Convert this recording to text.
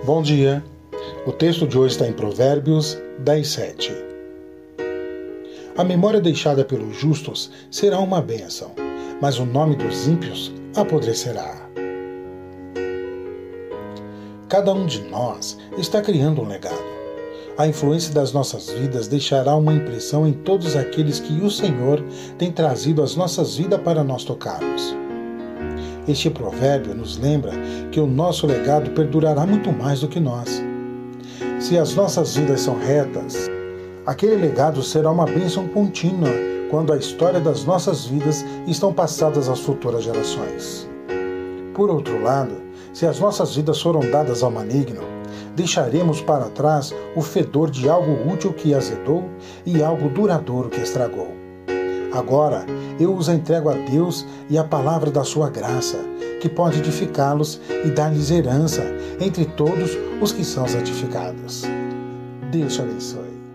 Bom dia, o texto de hoje está em Provérbios 10:7. A memória deixada pelos justos será uma bênção, mas o nome dos ímpios apodrecerá. Cada um de nós está criando um legado. A influência das nossas vidas deixará uma impressão em todos aqueles que o Senhor tem trazido às nossas vidas para nós tocarmos. Este provérbio nos lembra que o nosso legado perdurará muito mais do que nós. Se as nossas vidas são retas, aquele legado será uma bênção contínua quando a história das nossas vidas estão passadas às futuras gerações. Por outro lado, se as nossas vidas foram dadas ao maligno, deixaremos para trás o fedor de algo útil que azedou e algo duradouro que estragou. Agora, eu os entrego a Deus e a palavra da sua graça, que pode edificá-los e dar-lhes herança entre todos os que são santificados. Deus te abençoe.